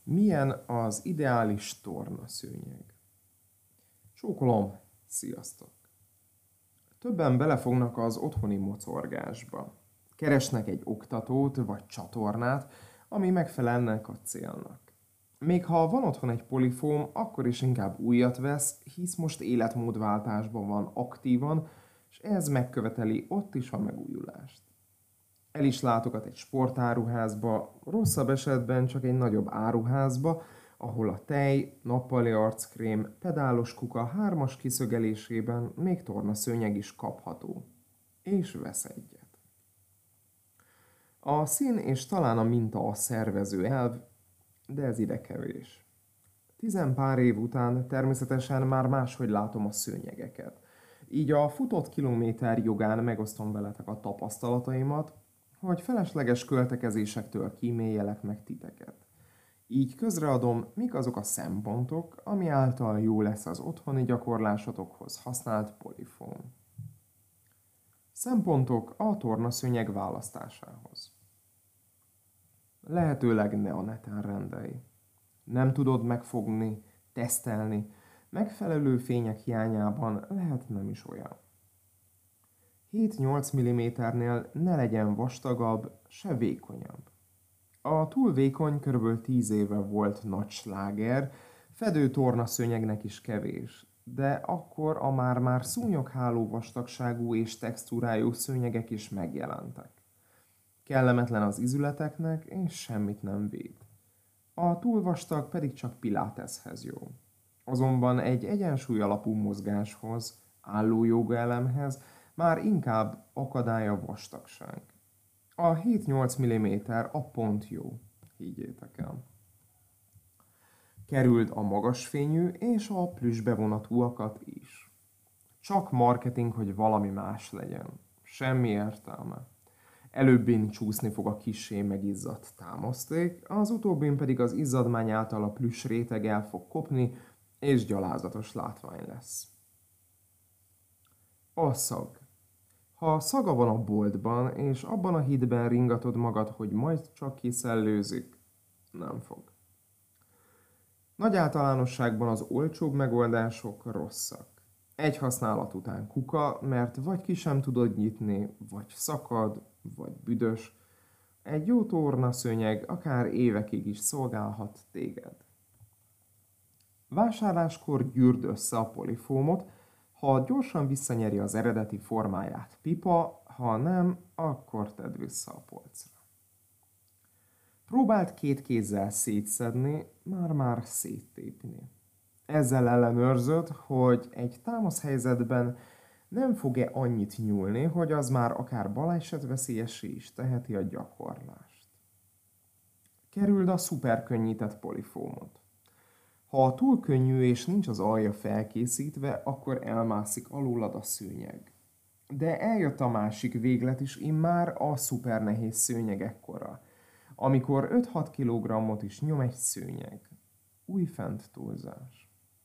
Milyen az ideális tornaszőnyeg? Csókolom, sziasztok! Többen belefognak az otthoni mocorgásba. Keresnek egy oktatót vagy csatornát, ami megfelel ennek a célnak. Még ha van otthon egy polifóm, akkor is inkább újat vesz, hisz most életmódváltásban van aktívan, és ez megköveteli ott is a megújulást. El is látogat egy sportáruházba, rosszabb esetben csak egy nagyobb áruházba, ahol a tej, nappali arckrém, pedálos kuka hármas kiszögelésében még tornaszőnyeg is kapható. És vesz egyet. A szín és talán a minta a szervező elv, de ez ide kevés. Tizenpár év után természetesen már máshogy látom a szőnyegeket. Így a futott kilométer jogán megosztom veletek a tapasztalataimat, hogy felesleges költekezésektől kíméljelek meg titeket. Így közreadom, mik azok a szempontok, ami által jó lesz az otthoni gyakorlásotokhoz használt polifóm. Szempontok a tornaszőnyeg választásához. Lehetőleg ne a neten rendelj. Nem tudod megfogni, tesztelni, megfelelő fények hiányában lehet nem is olyan. 7-8 mm-nél ne legyen vastagabb, se vékonyabb. A túl vékony kb. 10 éve volt nagy sláger, fedő tornaszőnyegnek is kevés, de akkor a már-már szúnyogháló vastagságú és textúrájú szőnyegek is megjelentek. Kellemetlen az ízületeknek, és semmit nem véd. A túl vastag pedig csak piláteshez jó. Azonban egy egyensúly alapú mozgáshoz, álló jogaelemhez már inkább akadály a vastagság. A 7-8 mm a pont jó, higgyétek el. Kerüld a magas fényű és a plüss bevonatúakat is. Csak marketing, hogy valami más legyen. Semmi értelme. Előbbin csúszni fog a kissé megizzadt támaszték, az utóbbin pedig az izzadmány által a plüss réteg el fog kopni, és gyalázatos látvány lesz. A szag. Ha szaga van a boltban, és abban a hitben ringatod magad, hogy majd csak kiszellőzik, nem fog. Nagy általánosságban az olcsóbb megoldások rosszak. Egy használat után kuka, mert vagy ki sem tudod nyitni, vagy szakad, vagy büdös. Egy jó tornaszőnyeg akár évekig is szolgálhat téged. Vásárláskor gyűrd össze a polifómot, ha gyorsan visszanyeri az eredeti formáját pipa, ha nem, akkor tedd vissza a polcra. Próbáld két kézzel szétszedni, már-már széttépni. Ezzel ellenőrzöd, hogy egy támaszhelyzetben nem fog-e annyit nyúlni, hogy az már akár balesetveszélyessé is teheti a gyakorlást. Kerüld a szuperkönnyített polifómot. Ha túl könnyű és nincs az alja felkészítve, akkor elmászik alólad a szőnyeg. De eljött a másik véglet is immár, a szupernehéz szőnyegek kora, amikor 5-6 kg is nyom egy szőnyeg. Újfent túlzás.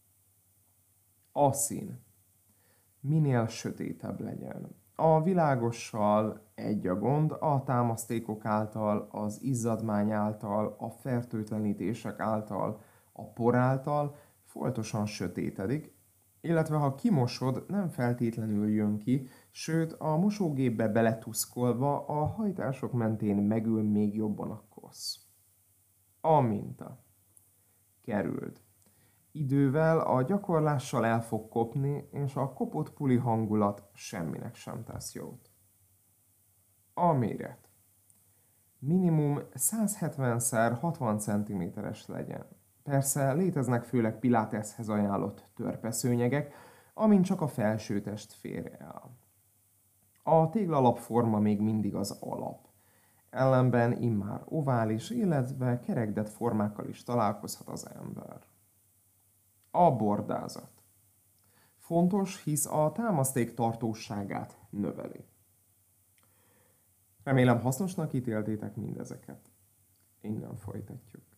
A szín. Minél sötétebb legyen. A világossal egy a gond, a támasztékok által, az izzadmány által, a fertőtlenítések által, a por által foltosan sötétedik, illetve ha kimosod, nem feltétlenül jön ki, sőt a mosógépbe beletuszkolva a hajtások mentén megül még jobban a kosz. A minta. Kerüld. Idővel a gyakorlással el fog kopni, és a kopott puli hangulat semminek sem tesz jót. A méret. Minimum 170x60 cm-es legyen. Persze léteznek főleg piláteshez ajánlott törpeszőnyegek, amin csak a felsőtest fér el. A téglalapforma még mindig az alap. Ellenben immár ovális, illetve kerekdett formákkal is találkozhat az ember. A bordázat. Fontos, hisz a támaszték tartóságát növeli. Remélem hasznosnak ítéltétek mindezeket. Innen folytatjuk.